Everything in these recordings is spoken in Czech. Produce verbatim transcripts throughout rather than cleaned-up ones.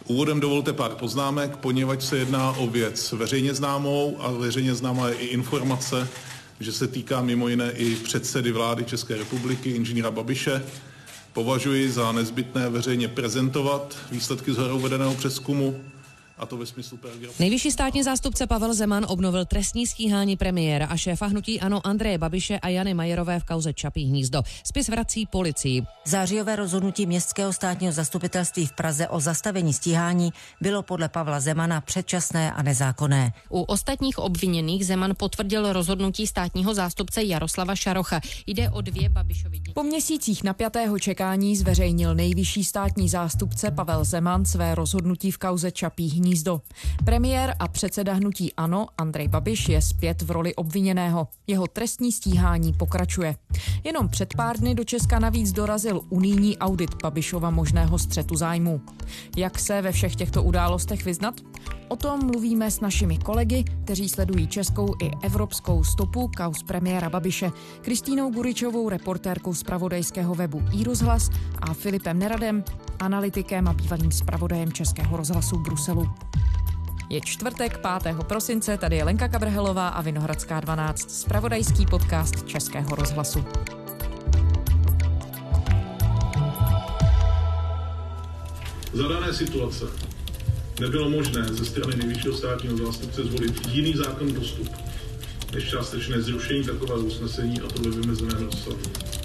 Úvodem dovolte pár poznámek, poněvadž se jedná o věc veřejně známou a veřejně známá je i informace, že se týká mimo jiné i předsedy vlády České republiky, inženýra Babiše. Považuji za nezbytné veřejně prezentovat výsledky shora uvedeného přezkumu, a to ve smyslu paragrafu. Nejvyšší státní zástupce Pavel Zeman obnovil trestní stíhání premiéra a šéfa hnutí ANO Andreje Babiše a Jany Majerové v kauze Čapí hnízdo. Spis vrací policii. Zářijové rozhodnutí Městského státního zastupitelství v Praze o zastavení stíhání bylo podle Pavla Zemana předčasné a nezákonné. U ostatních obviněných Zeman potvrdil rozhodnutí státního zástupce Jaroslava Šarocha. Jde o dvě Babišovy děti. Po měsících napjatého čekání zveřejnil nejvyšší státní zástupce Pavel Zeman své rozhodnutí v kauze Čapí hnízdo. Hnízdo. Premiér a předseda hnutí ANO Andrej Babiš je zpět v roli obviněného. Jeho trestní stíhání pokračuje. Jenom před pár dny do Česka navíc dorazil unijní audit Babišova možného střetu zájmů. Jak se ve všech těchto událostech vyznat? O tom mluvíme s našimi kolegy, kteří sledují českou i evropskou stopu kauz premiéra Babiše, Kristýnou Guričovou, reportérkou zpravodajského webu iRozhlas a Filipem Neradem, analytikem a bývalým zpravodajem Českého rozhlasu v Bruselu. Je čtvrtek, pátého prosince, tady je Lenka Kabrhelová a Vinohradská dvanáct, zpravodajský podcast Českého rozhlasu. Za dané situace nebylo možné ze strany nejvyššího státního zástupce zvolit jiný zákon postup než částečné zrušení takového usnesení, a to ve vymezeném rozsahu.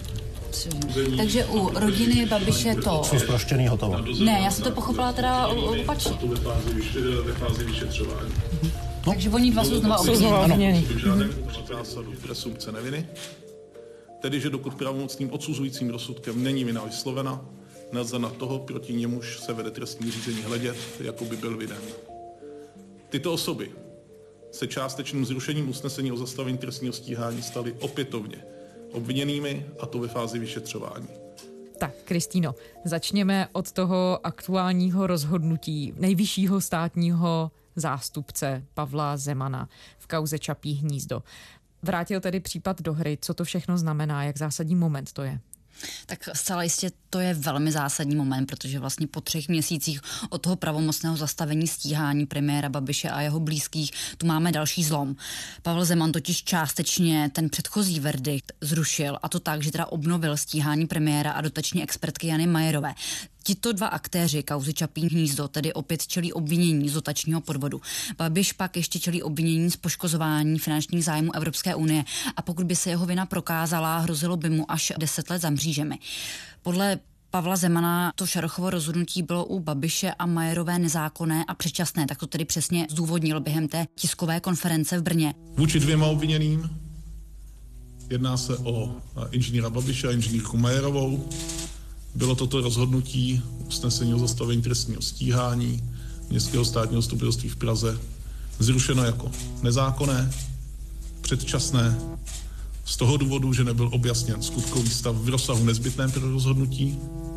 Takže u rodiny Babiše to... Jsou zproštěný, hotovo. Ne, já jsem to pochopila teda opačně. A to ve fázi, vyš- ve fázi vyšetřování. No. Takže oni dva jsou znova obviněni. Zásadu presumpce neviny, tedy že dokud pravomocným odsuzujícím rozsudkem není vina vyslovena, nelze na toho, proti němuž se vede trestní řízení, hledět, jako by byl vinen. Tyto osoby se částečným zrušením usnesení o zastavení trestního stíhání staly opětovně obviněnými, a to ve fázi vyšetřování. Tak, Kristýno, začněme od toho aktuálního rozhodnutí nejvyššího státního zástupce Pavla Zemana v kauze Čapí hnízdo. Vrátil tedy případ do hry. Co to všechno znamená? Jak zásadní moment to je? Tak zcela jistě to je velmi zásadní moment, protože vlastně po třech měsících od toho pravomocného zastavení stíhání premiéra Babiše a jeho blízkých tu máme další zlom. Pavel Zeman totiž částečně ten předchozí verdikt zrušil, a to tak, že teda obnovil stíhání premiéra a dotační expertky Jany Majerové. Tito dva aktéři kauzy Čapí hnízdo tedy opět čelí obvinění z dotačního podvodu. Babiš pak ještě čelí obvinění z poškozování finančních zájmů Evropské unie, a pokud by se jeho vina prokázala, hrozilo by mu až deset let za mřížemi. Podle Pavla Zemana to Šarochovo rozhodnutí bylo u Babiše a Majerové nezákonné a předčasné, tak to tedy přesně zdůvodnil během té tiskové konference v Brně. Vůči dvěma obviněným jedná se o inženýra Babiše a inženýrku Majerovou. Bylo toto rozhodnutí usnesení o zastavení trestního stíhání Městského státního zastupitelství v Praze zrušeno jako nezákonné, předčasné, z toho důvodu, že nebyl objasněn skutkový stav v rozsahu nezbytném pro rozhodnutí,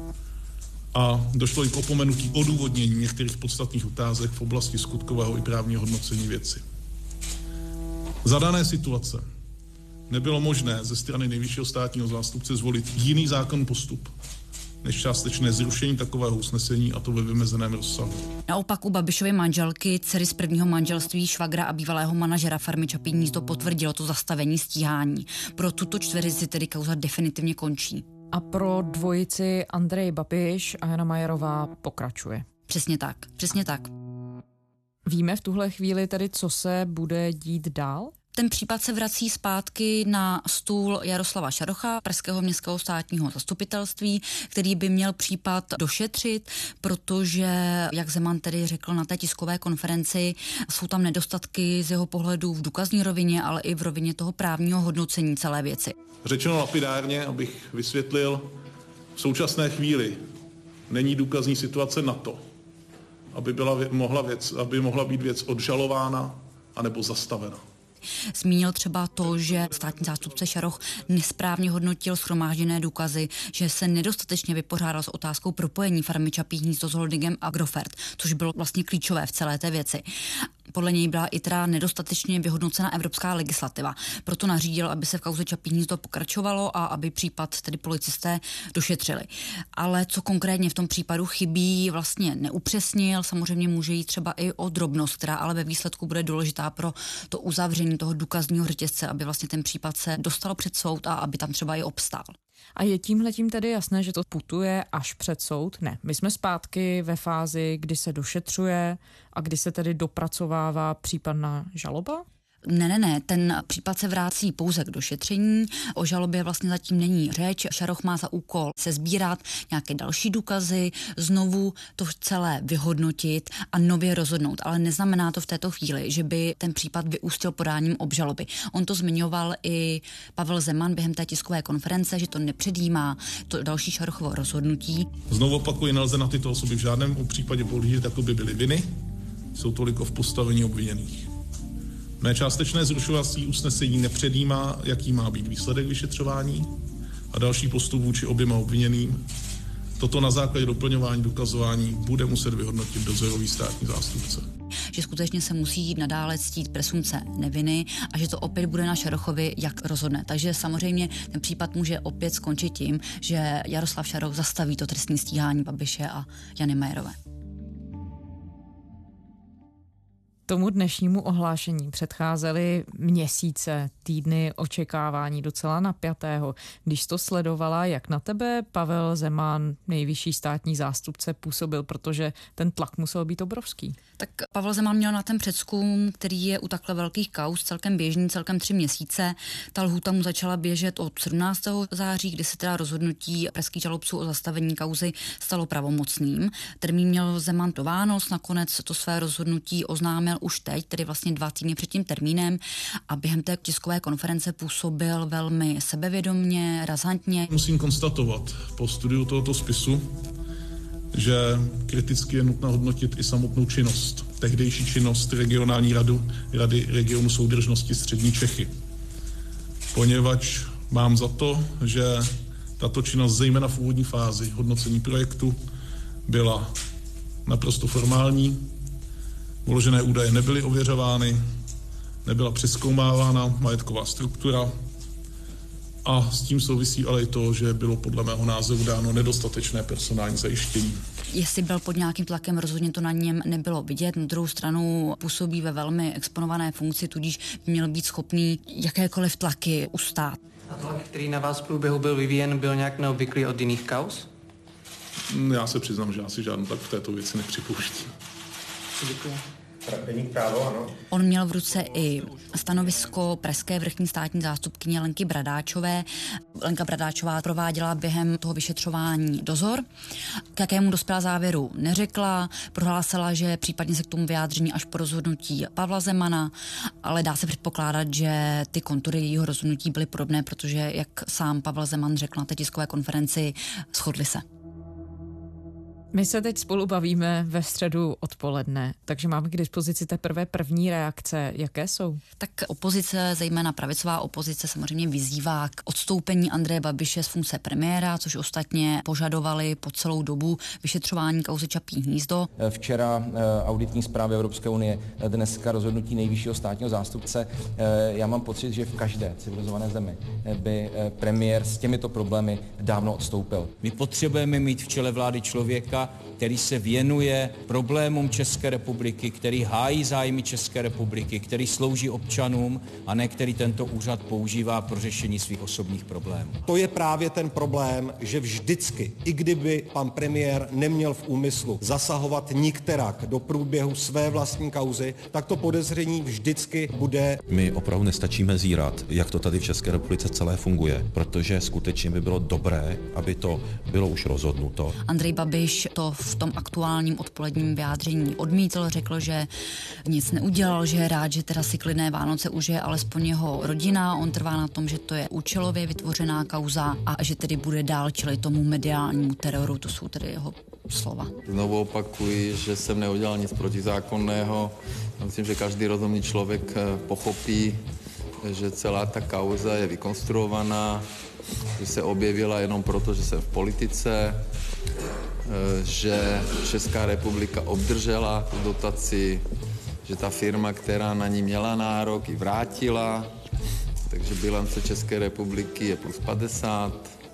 a došlo i k opomenutí odůvodnění některých podstatných otázek v oblasti skutkového i právního hodnocení věci. Za dané situace nebylo možné ze strany nejvyššího státního zástupce zvolit jiný zákon postup než částečné zrušení takového usnesení, a to ve vymezeném rozsahu. Naopak u Babišovy manželky, dcery z prvního manželství, švagra a bývalého manažera farmy Čapí hnízdo potvrdilo to zastavení stíhání. Pro tuto čtveřici tedy kauza definitivně končí. A pro dvojici Andrej Babiš a Jana Majerová pokračuje. Přesně tak, přesně tak. Víme v tuhle chvíli tedy, co se bude dít dál? Ten případ se vrací zpátky na stůl Jaroslava Šarocha, pražského městského státního zastupitelství, který by měl případ došetřit, protože, jak Zeman tedy řekl na té tiskové konferenci, jsou tam nedostatky z jeho pohledu v důkazní rovině, ale i v rovině toho právního hodnocení celé věci. Řečeno lapidárně, abych vysvětlil, v současné chvíli není důkazní situace na to, aby, byla, mohla, věc, aby mohla být věc odžalována anebo zastavena. Zmínil třeba to, že státní zástupce Šaroch nesprávně hodnotil shromážděné důkazy, že se nedostatečně vypořádal s otázkou propojení farmy Čapí hnízdo s holdingem Agrofert, což bylo vlastně klíčové v celé té věci. Podle něj byla i teda nedostatečně vyhodnocena evropská legislativa. Proto nařídil, aby se v kauze Čapí hnízdo pokračovalo a aby případ tedy policisté došetřili. Ale co konkrétně v tom případu chybí, vlastně neupřesnil. Samozřejmě může jít třeba i o drobnost, která ale ve výsledku bude důležitá pro to uzavření toho důkazního řetězce, aby vlastně ten případ se dostal před soud a aby tam třeba i obstál. A je tímhletím tedy jasné, že to putuje až před soud? Ne, my jsme zpátky ve fázi, kdy se došetřuje a kdy se tedy dopracovává případná žaloba? Ne, ne, ne, ten případ se vrací pouze k došetření, o žalobě vlastně zatím není řeč. Šaroch má za úkol se sbírat nějaké další důkazy, znovu to celé vyhodnotit a nově rozhodnout, ale neznamená to v této chvíli, že by ten případ vyústil podáním obžaloby. On to zmiňoval i Pavel Zeman během té tiskové konference, že to nepředjímá to další Šarochovo rozhodnutí. Znovu opakuji, nelze na tyto osoby v žádném případě pohlížet, jako by byly viny, jsou toliko v postavení obviněných. Mé částečné zrušovací usnesení nepředjímá, jaký má být výsledek vyšetřování a další postup vůči oběma obviněným. Toto na základě doplňování dokazování bude muset vyhodnotit dozorový státní zástupce. Že skutečně se musí nadále ctít presumpce neviny a že to opět bude na Šarochovi, jak rozhodne. Takže samozřejmě ten případ může opět skončit tím, že Jaroslav Šaroch zastaví to trestní stíhání Babiše a Jany Majerové. Tomu dnešnímu ohlášení předcházely měsíce, týdny očekávání docela napjatého. Když to sledovala, jak na tebe Pavel Zeman, nejvyšší státní zástupce, působil, protože ten tlak musel být obrovský. Tak Pavel Zeman měl na ten přezkum, který je u takhle velkých kauz celkem běžný, celkem tři měsíce. Ta lhůta mu začala běžet od sedmnáctého září, kdy se teda rozhodnutí pražských žalobců o zastavení kauzy stalo pravomocným. Termín měl Zeman do Vánoc, nakonec to své rozhodnutí oznámil už teď, tedy vlastně dva týdny před tím termínem, a během té tiskové konference působil velmi sebevědomně, razantně. Musím konstatovat po studiu tohoto spisu, že kriticky je nutno hodnotit i samotnou činnost, tehdejší činnost regionální radu, Rady regionu soudržnosti Střední Čechy. Poněvadž mám za to, že tato činnost, zejména v úvodní fázi hodnocení projektu, byla naprosto formální, uložené údaje nebyly ověřovány, nebyla přezkoumávána majetková struktura a s tím souvisí ale i to, že bylo podle mého názoru dáno nedostatečné personální zajištění. Jestli byl pod nějakým tlakem, rozhodně to na něm nebylo vidět. Na druhou stranu působí ve velmi exponované funkci, tudíž by měl být schopný jakékoliv tlaky ustát. A tlak, který na vás v průběhu byl vyvíjen, byl nějak neobvyklý od jiných kauz? Já se přiznám, že asi žádný tak v této věci nepřipouštím. Děkuji. Deník Právo, ano. On měl v ruce i stanovisko pražské vrchní státní zástupkyně Lenky Bradáčové. Lenka Bradáčová prováděla během toho vyšetřování dozor. K jakému dospěla závěru neřekla, prohlásila, že případně se k tomu vyjádření až po rozhodnutí Pavla Zemana, ale dá se předpokládat, že ty kontury jejího rozhodnutí byly podobné, protože, jak sám Pavel Zeman řekl na té tiskové konferenci, shodli se. My se teď spolu bavíme ve středu odpoledne, takže máme k dispozici teprve první reakce. Jaké jsou? Tak opozice, zejména pravicová opozice, samozřejmě vyzývá k odstoupení Andreje Babiše z funkce premiéra, což ostatně požadovali po celou dobu vyšetřování kauzy Čapí hnízdo. Včera auditní zprávy Evropské unie, dneska rozhodnutí nejvyššího státního zástupce. Já mám pocit, že v každé civilizované zemi by premiér s těmito problémy dávno odstoupil. My potřebujeme mít v čele vlády člověka, který se věnuje problémům České republiky, který hájí zájmy České republiky, který slouží občanům a ne který tento úřad používá pro řešení svých osobních problémů. To je právě ten problém, že vždycky, i kdyby pan premiér neměl v úmyslu zasahovat nikterak do průběhu své vlastní kauzy, tak to podezření vždycky bude. My opravdu nestačíme zírat, jak to tady v České republice celé funguje, protože skutečně by bylo dobré, aby to bylo už rozhodnuto. Andrej Babiš to v tom aktuálním odpoledním vyjádření odmítl, řekl, že nic neudělal, že je rád, že teda si klidné Vánoce užije alespoň jeho rodina. On trvá na tom, že to je účelově vytvořená kauza a že tedy bude dál čelit tomu mediálnímu teroru. To jsou tedy jeho slova. Znovu opakuji, že jsem neudělal nic protizákonného. Myslím, že každý rozumný člověk pochopí, že celá ta kauza je vykonstruovaná, že se objevila jenom proto, že jsem v politice, že Česká republika obdržela dotaci že ta firma, která na ní měla nárok, ji vrátila, takže bilance České republiky je plus padesát,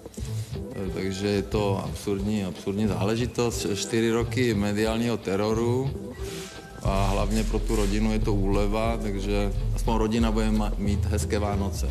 takže je to absurdní, absurdní záležitost. Čtyři roky mediálního teroru a hlavně pro tu rodinu je to úleva, takže aspoň rodina bude mít hezké Vánoce.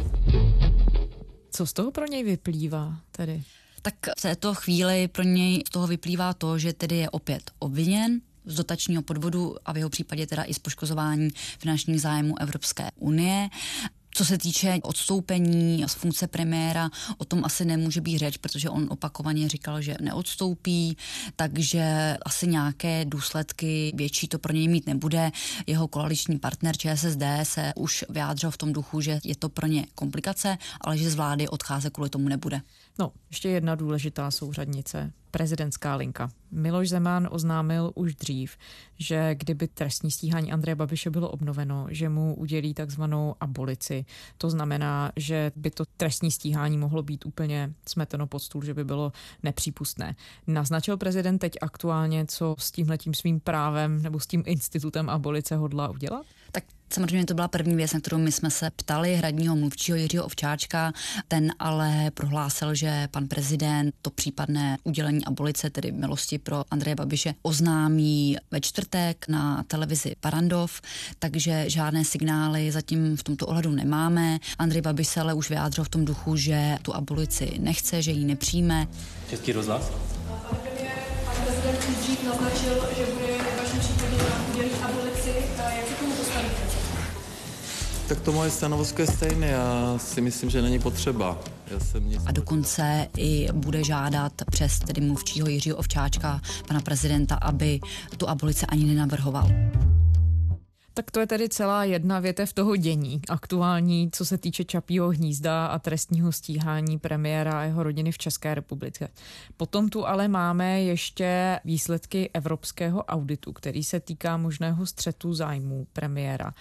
Co z toho pro něj vyplývá tedy? Tak v této chvíli pro něj z toho vyplývá to, že tedy je opět obviněn z dotačního podvodu a v jeho případě teda i z poškozování finančních zájmů Evropské unie. Co se týče odstoupení z funkce premiéra, o tom asi nemůže být řeč, protože on opakovaně říkal, že neodstoupí, takže asi nějaké důsledky větší to pro něj mít nebude. Jeho koaliční partner ČSSD se už vyjádřil v tom duchu, že je to pro ně komplikace, ale že z vlády odcházet kvůli tomu nebude. No, ještě jedna důležitá souřadnice. Prezidentská linka. Miloš Zeman oznámil už dřív, že kdyby trestní stíhání Andreje Babiše bylo obnoveno, že mu udělí takzvanou abolici. To znamená, že by to trestní stíhání mohlo být úplně smeteno pod stůl, že by bylo nepřípustné. Naznačil prezident teď aktuálně, co s tímhletím svým právem nebo s tím institutem abolice hodlá udělat? Tak samozřejmě to byla první věc, na kterou my jsme se ptali hradního mluvčího Jiřího Ovčáčka. Ten ale prohlásil, že pan prezident to případné udělení abolice, tedy milosti pro Andreje Babiše, oznámí ve čtvrtek na televizi Barrandov, takže žádné signály zatím v tomto ohledu nemáme. Andrej Babiš se ale už vyjádřil v tom duchu, že tu abolici nechce, že ji nepřijme. Český rozhlas? Pane premiére, pan prezident už dřív naznačil, že bude ve vašem případě udělit abolici. Jak se tomu postavíte? Tak to moje stanovisko je stejné, já si myslím, že není potřeba. Já jsem nic a dokonce i bude žádat přes tedy mluvčího Jiřího Ovčáčka pana prezidenta, aby tu abolici ani nenavrhoval. Tak to je tedy celá jedna větev toho dění aktuální, co se týče Čapího hnízda a trestního stíhání premiéra a jeho rodiny v České republice. Potom tu ale máme ještě výsledky evropského auditu, který se týká možného střetu zájmů premiéra.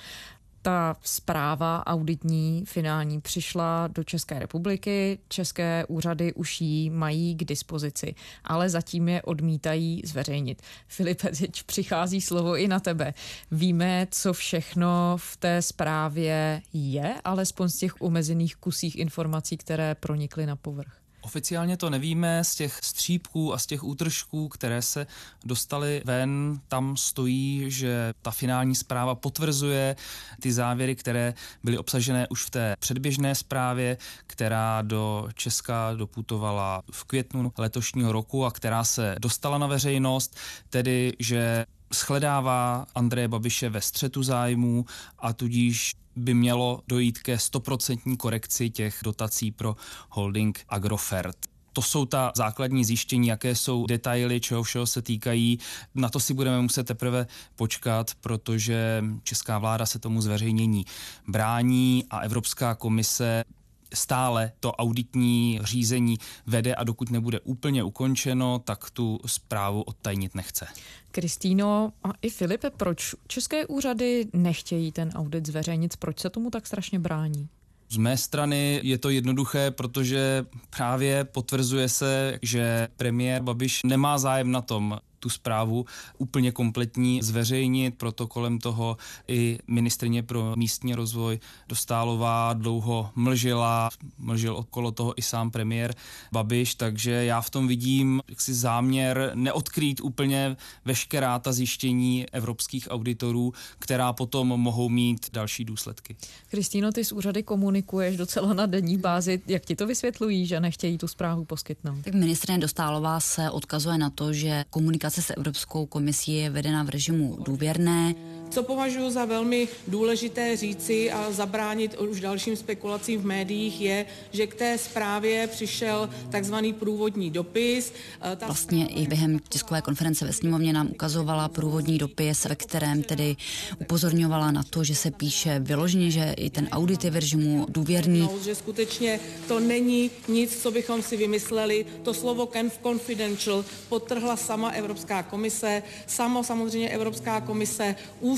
Ta zpráva auditní finální přišla do České republiky, české úřady už ji mají k dispozici, ale zatím je odmítají zveřejnit. Filipe, teď přichází slovo i na tebe. Víme, co všechno v té zprávě je, alespoň z těch omezených kusích informací, které pronikly na povrch. Oficiálně to nevíme, z těch střípků a z těch útržků, které se dostaly ven, tam stojí, že ta finální zpráva potvrzuje ty závěry, které byly obsažené už v té předběžné zprávě, která do Česka doputovala v květnu letošního roku a která se dostala na veřejnost, tedy že shledává Andreje Babiše ve střetu zájmů a tudíž by mělo dojít ke stoprocentní korekci těch dotací pro holding Agrofert. To jsou ta základní zjištění, jaké jsou detaily, čeho všeho se týkají. Na to si budeme muset teprve počkat, protože česká vláda se tomu zveřejnění brání a Evropská komise stále to auditní řízení vede a dokud nebude úplně ukončeno, tak tu zprávu odtajnit nechce. Kristýno a i Filipe, proč české úřady nechtějí ten audit zveřejnit? Proč se tomu tak strašně brání? Z mé strany je to jednoduché, protože právě potvrzuje se, že premiér Babiš nemá zájem na tom tu zprávu úplně kompletní zveřejnit, proto kolem toho i ministryně pro místní rozvoj Dostálová dlouho mlžila, mlžil okolo toho i sám premiér Babiš, takže já v tom vidím jaksi záměr neodkrýt úplně veškerá ta zjištění evropských auditorů, která potom mohou mít další důsledky. Kristýno, ty s úřady komunikuješ docela na denní bázi. Jak ti to vysvětlují, že nechtějí tu zprávu poskytnout? Tak ministryně Dostálová se odkazuje na to, že komunikace s Evropskou komisí je vedena v režimu důvěrné. Co považuji za velmi důležité říci a zabránit už dalším spekulacím v médiích je, že k té zprávě přišel takzvaný průvodní dopis. Ta vlastně i během tiskové konference ve sněmovně nám ukazovala průvodní dopis, ve kterém tedy upozorňovala na to, že se píše vyloženě, že i ten audit je v režimu důvěrný. Že skutečně to není nic, co bychom si vymysleli. To slovo confidential podtrhla sama Evropská komise. Samo samozřejmě Evropská komise úzce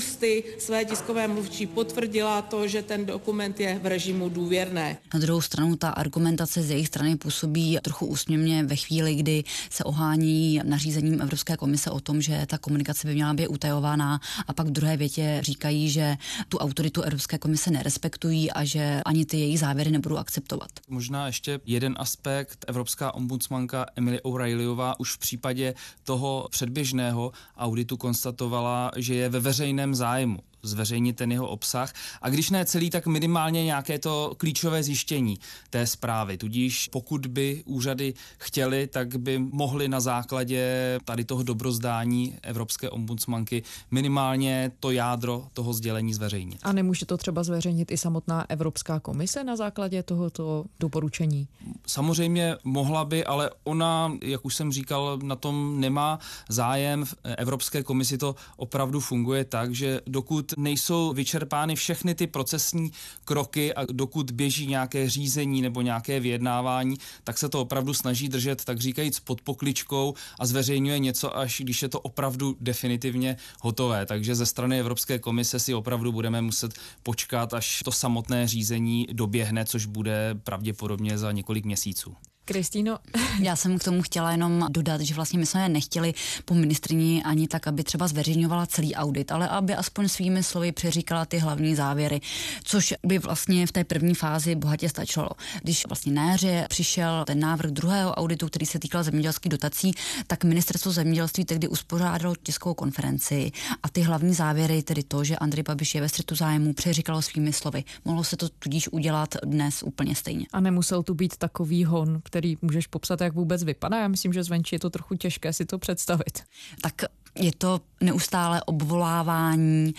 ústy své tiskové mluvčí potvrdila to, že ten dokument je v režimu důvěrné. Na druhou stranu ta argumentace z jejich strany působí trochu úsměvně ve chvíli, kdy se ohání nařízením Evropské komise o tom, že ta komunikace by měla být utajovaná, a pak v druhé větě říkají, že tu autoritu Evropské komise nerespektují a že ani ty jejich závěry nebudou akceptovat. Možná ještě jeden aspekt. Evropská ombudsmanka Emily O'Reillyová už v případě toho předběžného auditu konstatovala, že je ve veřejném zájmu zveřejnit ten jeho obsah. A když ne celý, tak minimálně nějaké to klíčové zjištění té zprávy. Tudíž pokud by úřady chtěli, tak by mohli na základě tady toho dobrozdání evropské ombudsmanky minimálně to jádro toho sdělení zveřejnit. A nemůže to třeba zveřejnit i samotná Evropská komise na základě tohoto doporučení? Samozřejmě mohla by, ale ona, jak už jsem říkal, na tom nemá zájem. V Evropské komisi to opravdu funguje tak, že dokud nejsou vyčerpány všechny ty procesní kroky a dokud běží nějaké řízení nebo nějaké vyjednávání, tak se to opravdu snaží držet, tak říkajíc, pod pokličkou a zveřejňuje něco, až když je to opravdu definitivně hotové. Takže ze strany Evropské komise si opravdu budeme muset počkat, až to samotné řízení doběhne, což bude pravděpodobně za několik měsíců. Kristýno. Já jsem k tomu chtěla jenom dodat, že vlastně my jsme nechtěli po ministryni ani tak, aby třeba zveřejňovala celý audit, ale aby aspoň svými slovy přeříkala ty hlavní závěry, což by vlastně v té první fázi bohatě stačilo. Když vlastně na jaře přišel ten návrh druhého auditu, který se týkal zemědělských dotací, tak ministerstvo zemědělství tehdy uspořádalo tiskovou konferenci a ty hlavní závěry, tedy to, že Andrej Babiš je ve střetu zájmu, přeříkalo svými slovy. Mohlo se to tudíž udělat dnes úplně stejně. A nemusel tu být takový hon, který můžeš popsat, jak vůbec vypadá. Já myslím, že zvenčí je to trochu těžké si to představit. Tak je to neustále obvolávání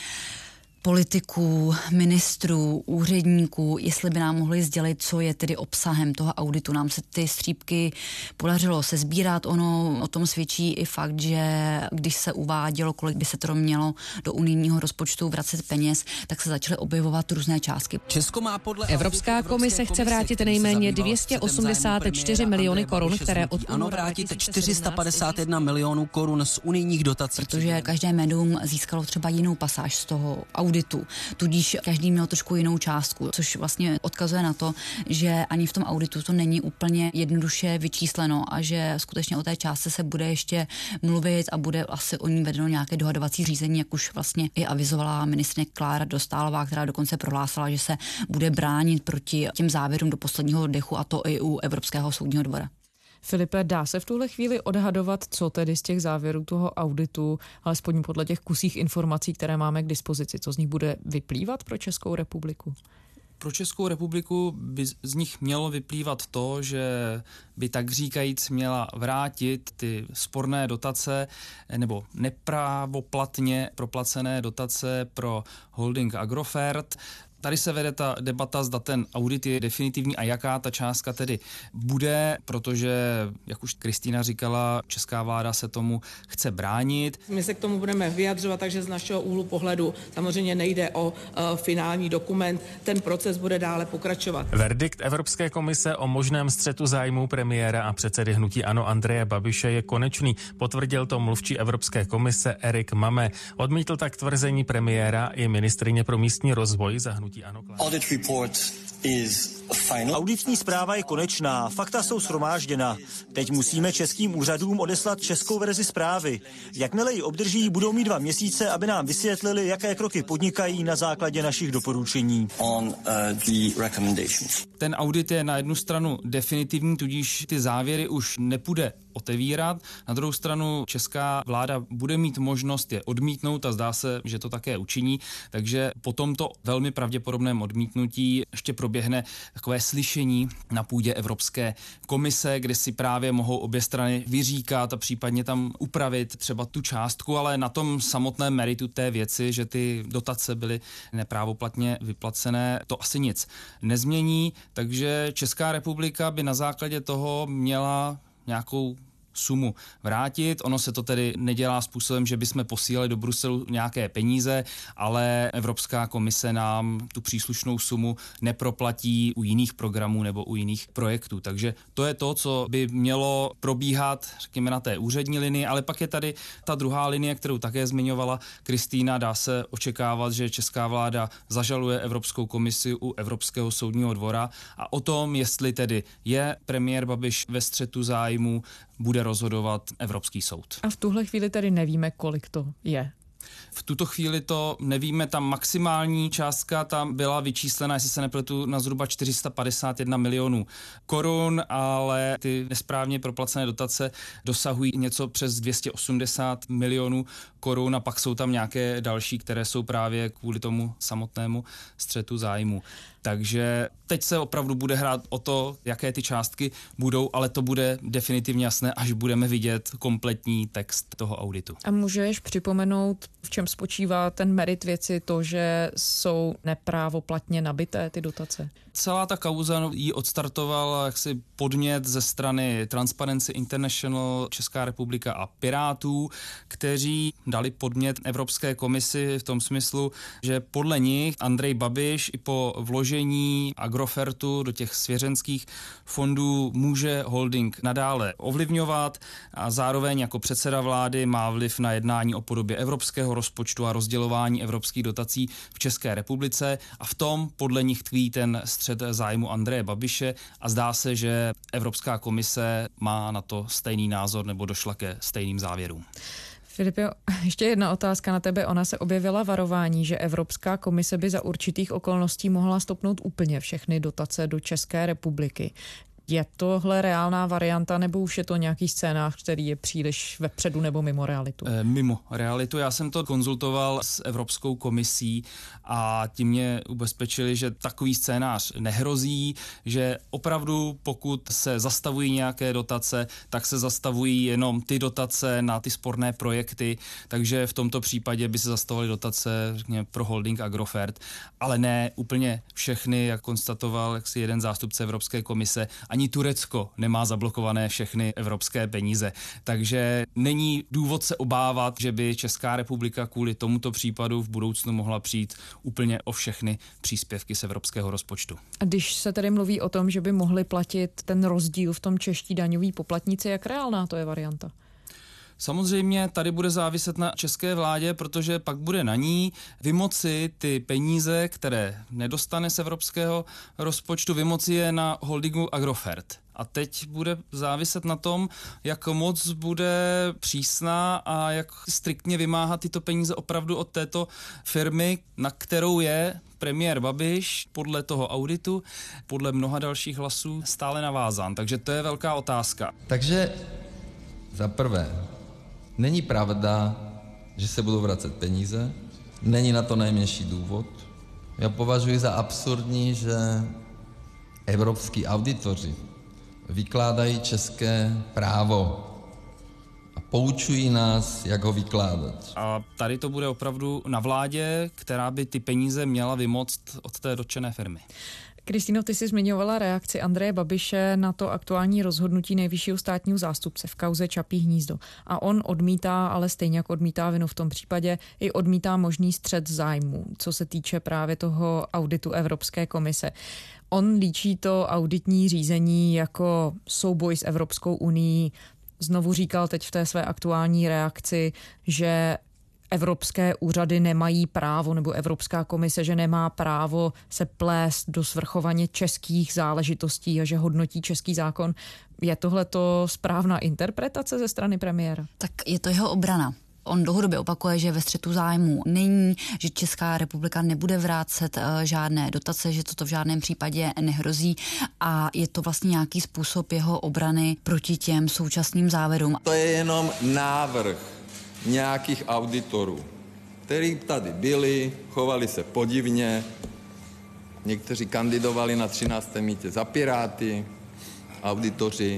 politiků, ministrů, úředníků, jestli by nám mohli sdělit, co je tedy obsahem toho auditu. Nám se ty střípky podařilo sesbírat, ono o tom svědčí i fakt, že když se uvádělo, kolik by se to mělo do unijního rozpočtu vracet peněz, tak se začaly objevovat různé částky. Česko má podle Evropská komise chce vrátit nejméně dvě stě osmdesát čtyři miliony korun, které od ano vrátit čtyři sta padesát jedna milionů korun z unijních dotací. Protože každé médium získalo třeba jinou pasáž z toho auditu. Tudíž každý měl trošku jinou částku, což vlastně odkazuje na to, že ani v tom auditu to není úplně jednoduše vyčísleno a že skutečně o té částce se bude ještě mluvit a bude asi o ní vedeno nějaké dohadovací řízení, jak už vlastně i avizovala ministryně Klára Dostálová, která dokonce prohlásila, že se bude bránit proti těm závěrům do posledního dechu, a to i u Evropského soudního dvora. Filipe, dá se v tuhle chvíli odhadovat, co tedy z těch závěrů toho auditu, alespoň podle těch kusích informací, které máme k dispozici, co z nich bude vyplývat pro Českou republiku? Pro Českou republiku by z nich mělo vyplývat to, že by tak říkajíc měla vrátit ty sporné dotace nebo neprávoplatně proplacené dotace pro holding Agrofert. Tady se vede ta debata, zda ten audit je definitivní a jaká ta částka tedy bude, protože, jak už Kristýna říkala, česká vláda se tomu chce bránit. My se k tomu budeme vyjadřovat, takže z našeho úhlu pohledu samozřejmě nejde o uh, finální dokument, ten proces bude dále pokračovat. Verdikt Evropské komise o možném střetu zájmů premiéra a předsedy hnutí ANO Andreje Babiše je konečný, potvrdil to mluvčí Evropské komise Erik Mame. Odmítl tak tvrzení premiéra i ministryně pro místní rozvoj za hnutí. Auditní zpráva je konečná, fakta jsou shromážděna. Teď musíme českým úřadům odeslat českou verzi zprávy. Jakmile ji obdrží, budou mít dva měsíce, aby nám vysvětlili, jaké kroky podnikají na základě našich doporučení. On, uh, Ten audit je na jednu stranu definitivní, tudíž ty závěry už nepůjde otevírat. Na druhou stranu česká vláda bude mít možnost je odmítnout a zdá se, že to také učiní, takže po tomto velmi pravděpodobném odmítnutí ještě proběhne takové slyšení na půdě Evropské komise, kde si právě mohou obě strany vyříkat a případně tam upravit třeba tu částku, ale na tom samotném meritu té věci, že ty dotace byly neprávoplatně vyplacené, to asi nic nezmění, takže Česká republika by na základě toho měla nějakou sumu vrátit. Ono se to tedy nedělá způsobem, že bychom posílali do Bruselu nějaké peníze, ale Evropská komise nám tu příslušnou sumu neproplatí u jiných programů nebo u jiných projektů. Takže to je to, co by mělo probíhat, řekněme, na té úřední linii, ale pak je tady ta druhá linie, kterou také zmiňovala Kristýna. Dá se očekávat, že česká vláda zažaluje Evropskou komisi u Evropského soudního dvora a o tom, jestli tedy je premiér Babiš ve střetu zájmů, bude rozhodovat Evropský soud. A v tuhle chvíli tedy nevíme, kolik to je. V tuto chvíli to nevíme, ta maximální částka tam byla vyčíslena, jestli se nepletu, na zhruba čtyři sta padesát jedna milionů korun, ale ty nesprávně proplacené dotace dosahují něco přes dvě stě osmdesát milionů korun a pak jsou tam nějaké další, které jsou právě kvůli tomu samotnému střetu zájmu. Takže teď se opravdu bude hrát o to, jaké ty částky budou, ale to bude definitivně jasné, až budeme vidět kompletní text toho auditu. A můžeš připomenout, v čem spočívá ten merit věci, to, že jsou neprávoplatně nabité ty dotace? Celá ta kauza jí odstartoval jaksi podnět ze strany Transparency International, Česká republika a Pirátů, kteří dali podnět Evropské komisi v tom smyslu, že podle nich Andrej Babiš i po vložení Agrofertu do těch svěřenských fondů může holding nadále ovlivňovat a zároveň jako předseda vlády má vliv na jednání o podobě evropského rozpočtu a rozdělování evropských dotací v České republice a v tom podle nich tkví ten střet zájmu Andreje Babiše a zdá se, že Evropská komise má na to stejný názor nebo došla ke stejným závěrům. Filipe, ještě jedna otázka na tebe. Ona se objevila varování, že Evropská komise by za určitých okolností mohla stopnout úplně všechny dotace do České republiky. Je tohle reálná varianta, nebo už je to nějaký scénář, který je příliš vepředu nebo mimo realitu? E, mimo realitu. Já jsem to konzultoval s Evropskou komisí a ti mě ubezpečili, že takový scénář nehrozí, že opravdu pokud se zastavují nějaké dotace, tak se zastavují jenom ty dotace na ty sporné projekty, takže v tomto případě by se zastavovaly dotace, řekněme, pro holding Agrofert, ale ne úplně všechny, jak konstatoval jaksi jeden zástupce Evropské komise. Ani Turecko nemá zablokované všechny evropské peníze. Takže není důvod se obávat, že by Česká republika kvůli tomuto případu v budoucnu mohla přijít úplně o všechny příspěvky z evropského rozpočtu. A když se tedy mluví o tom, že by mohli platit ten rozdíl v tom čeští daňoví poplatníci, jak reálná to je varianta? Samozřejmě tady bude záviset na české vládě, protože pak bude na ní vymoci ty peníze, které nedostane z evropského rozpočtu, vymoci je na holdingu Agrofert. A teď bude záviset na tom, jak moc bude přísná a jak striktně vymáhat tyto peníze opravdu od této firmy, na kterou je premiér Babiš podle toho auditu, podle mnoha dalších hlasů stále navázán. Takže to je velká otázka. Takže za prvé, není pravda, že se budou vracet peníze, není na to nejmenší důvod. Já považuji za absurdní, že evropští auditoři vykládají české právo a poučují nás, jak ho vykládat. A tady to bude opravdu na vládě, která by ty peníze měla vymoct od té dotčené firmy. Kristýno, ty jsi zmiňovala reakci Andreje Babiše na to aktuální rozhodnutí nejvyššího státního zástupce v kauze Čapí hnízdo. A on odmítá, ale stejně jak odmítá vinu v tom případě, i odmítá možný střet zájmů, co se týče právě toho auditu Evropské komise. On líčí to auditní řízení jako souboj s Evropskou unií. Znovu říkal teď v té své aktuální reakci, že evropské úřady nemají právo, nebo Evropská komise, že nemá právo se plést do svrchovaně českých záležitostí a že hodnotí český zákon. Je tohleto správná interpretace ze strany premiéra? Tak je to jeho obrana. On dlouhodobě opakuje, že ve střetu zájmu není, že Česká republika nebude vrácet uh, žádné dotace, že toto v žádném případě nehrozí a je to vlastně nějaký způsob jeho obrany proti těm současným závěrům. To je jenom návrh nějakých auditorů, kteří tady byli, chovali se podivně, někteří kandidovali na třináctém mítě za Piráty, auditoři.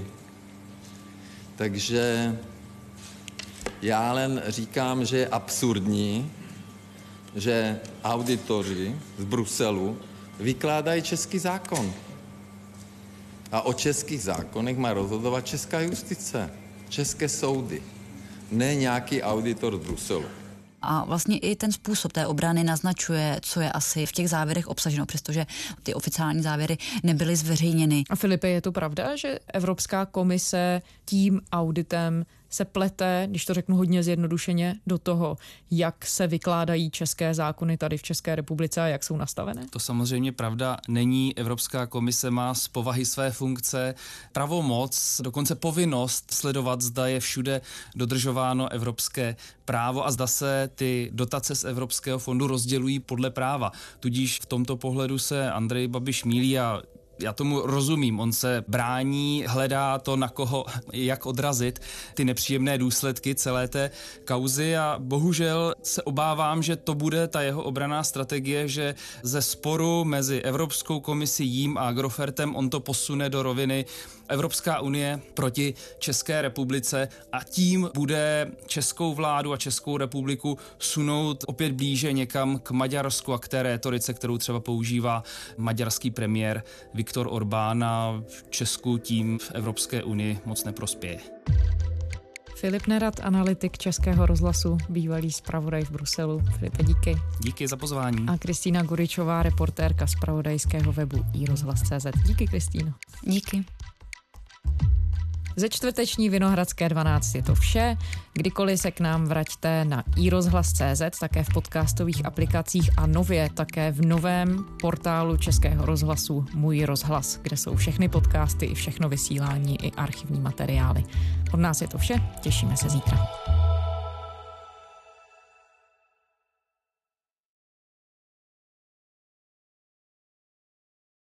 Takže já jen říkám, že je absurdní, že auditoři z Bruselu vykládají český zákon. A o českých zákonech má rozhodovat česká justice. české soudy, ne nějaký auditor z Bruselu. A vlastně i ten způsob té obrany naznačuje, co je asi v těch závěrech obsaženo, přestože ty oficiální závěry nebyly zveřejněny. A Filipe, je to pravda, že Evropská komise tím auditem se plete, když to řeknu hodně zjednodušeně, do toho, jak se vykládají české zákony tady v České republice a jak jsou nastavené? To samozřejmě pravda není. Evropská komise má z povahy své funkce pravomoc, dokonce povinnost sledovat, zda je všude dodržováno evropské právo a zda se ty dotace z Evropského fondu rozdělují podle práva. Tudíž v tomto pohledu se Andrej Babiš mýlí a já tomu rozumím, on se brání, hledá to, na koho, jak odrazit ty nepříjemné důsledky celé té kauzy a bohužel se obávám, že to bude ta jeho obranná strategie, že ze sporu mezi Evropskou komisí, jím a Agrofertem on to posune do roviny Evropská unie proti České republice a tím bude českou vládu a Českou republiku sunout opět blíže někam k Maďarsku a k té rétorice, kterou třeba používá maďarský premiér Viktor Orbán a v Česku tím v Evropské unii moc neprospěje. Filip Nerad, analytik Českého rozhlasu, bývalý zpravodaj v Bruselu. Filipe, díky. Díky za pozvání. A Kristýna Guričová, reportérka zpravodajského webu i rozhlas tečka cé zet. Díky, Kristýno. Díky. Ze čtvrteční Vinohradské dvanáct je to vše. Kdykoliv se k nám vraťte na i rozhlas tečka cé zet, také v podcastových aplikacích a nově také v novém portálu Českého rozhlasu Můj rozhlas, kde jsou všechny podcasty i všechno vysílání i archivní materiály. Od nás je to vše, těšíme se zítra.